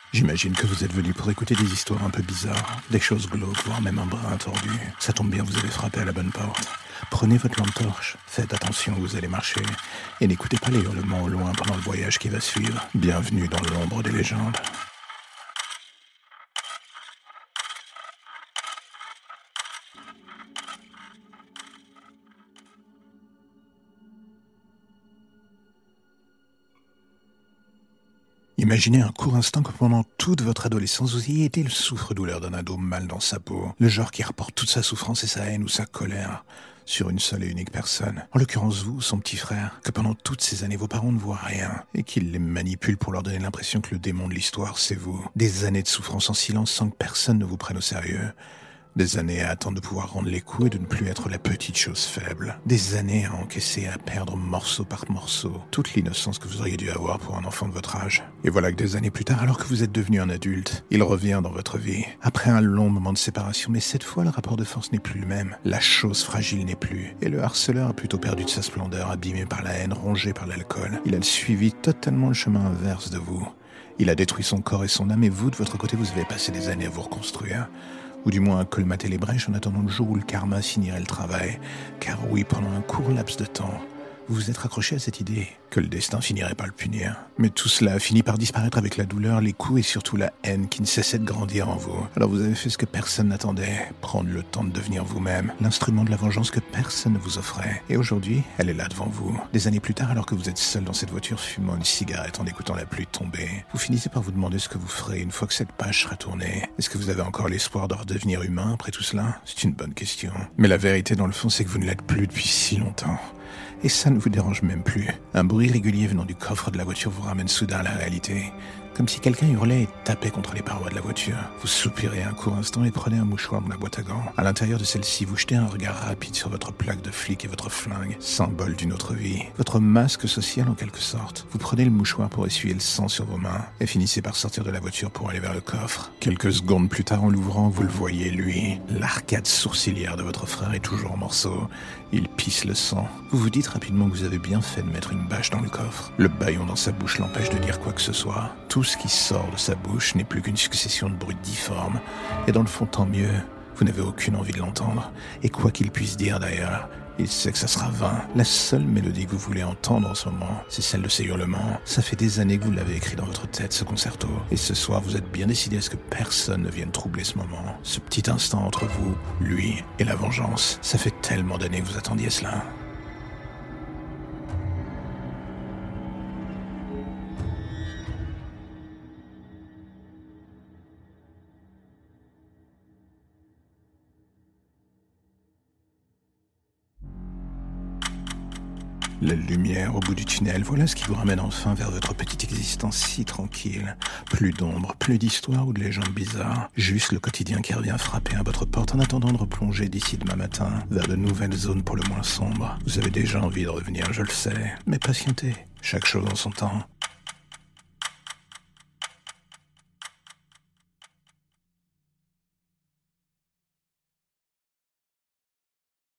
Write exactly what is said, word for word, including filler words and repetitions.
J'imagine que vous êtes venu pour écouter des histoires un peu bizarres, des choses glauques, voire même un brin tordu. Ça tombe bien, vous avez frappé à la bonne porte. Prenez votre lampe torche, faites attention où vous allez marcher, et n'écoutez pas les hurlements au loin pendant le voyage qui va suivre. Bienvenue dans l'ombre des légendes. Imaginez un court instant que pendant toute votre adolescence, vous ayez été le souffre-douleur d'un ado mal dans sa peau, le genre qui rapporte toute sa souffrance et sa haine ou sa colère sur une seule et unique personne. En l'occurrence vous, son petit frère, que pendant toutes ces années vos parents ne voient rien, et qu'ils les manipulent pour leur donner l'impression que le démon de l'histoire, c'est vous. Des années de souffrance en silence sans que personne ne vous prenne au sérieux. Des années à attendre de pouvoir rendre les coups et de ne plus être la petite chose faible. Des années à encaisser et à perdre morceau par morceau toute l'innocence que vous auriez dû avoir pour un enfant de votre âge. Et voilà que des années plus tard, alors que vous êtes devenu un adulte, il revient dans votre vie. Après un long moment de séparation, mais cette fois le rapport de force n'est plus le même. La chose fragile n'est plus. Et le harceleur a plutôt perdu de sa splendeur, abîmé par la haine, rongé par l'alcool. Il a suivi totalement le chemin inverse de vous. Il a détruit son corps et son âme, et vous, de votre côté, vous avez passé des années à vous reconstruire. Ou du moins à colmater les brèches en attendant le jour où le karma signerait le travail. Car oui, pendant un court laps de temps, vous vous êtes raccroché à cette idée que le destin finirait par le punir. Mais tout cela a fini par disparaître avec la douleur, les coups et surtout la haine qui ne cessait de grandir en vous. Alors vous avez fait ce que personne n'attendait, prendre le temps de devenir vous-même, l'instrument de la vengeance que personne ne vous offrait. Et aujourd'hui, elle est là devant vous. Des années plus tard, alors que vous êtes seul dans cette voiture fumant une cigarette en écoutant la pluie tomber, vous finissez par vous demander ce que vous ferez une fois que cette page sera tournée. Est-ce que vous avez encore l'espoir de redevenir humain après tout cela? C'est une bonne question. Mais la vérité dans le fond, c'est que vous ne l'êtes plus depuis si longtemps. Et ça ne vous dérange même plus. Un bruit régulier venant du coffre de la voiture vous ramène soudain à la réalité. Comme si quelqu'un hurlait et tapait contre les parois de la voiture. Vous soupirez un court instant et prenez un mouchoir dans la boîte à gants. À l'intérieur de celle-ci, vous jetez un regard rapide sur votre plaque de flic et votre flingue, symbole d'une autre vie. Votre masque social en quelque sorte. Vous prenez le mouchoir pour essuyer le sang sur vos mains et finissez par sortir de la voiture pour aller vers le coffre. Quelques secondes plus tard, en l'ouvrant, vous le voyez, lui. L'arcade sourcilière de votre frère est toujours en morceaux. Il pisse le sang. Vous vous dites rapidement que vous avez bien fait de mettre une bâche dans le coffre. Le bâillon dans sa bouche l'empêche de dire quoi que ce soit. Tout ce qui sort de sa bouche n'est plus qu'une succession de bruits difformes. Et dans le fond, tant mieux. Vous n'avez aucune envie de l'entendre. Et quoi qu'il puisse dire d'ailleurs, il sait que ça sera vain. La seule mélodie que vous voulez entendre en ce moment, c'est celle de ses hurlements. Ça fait des années que vous l'avez écrit dans votre tête, ce concerto. Et ce soir, vous êtes bien décidé à ce que personne ne vienne troubler ce moment. Ce petit instant entre vous, lui et la vengeance. Ça fait tellement d'années que vous attendiez cela. La lumière au bout du tunnel, voilà ce qui vous ramène enfin vers votre petite existence si tranquille. Plus d'ombre, plus d'histoires ou de légendes bizarres. Juste le quotidien qui revient frapper à votre porte en attendant de replonger d'ici demain matin vers de nouvelles zones pour le moins sombres. Vous avez déjà envie de revenir, je le sais, mais patientez, chaque chose en son temps.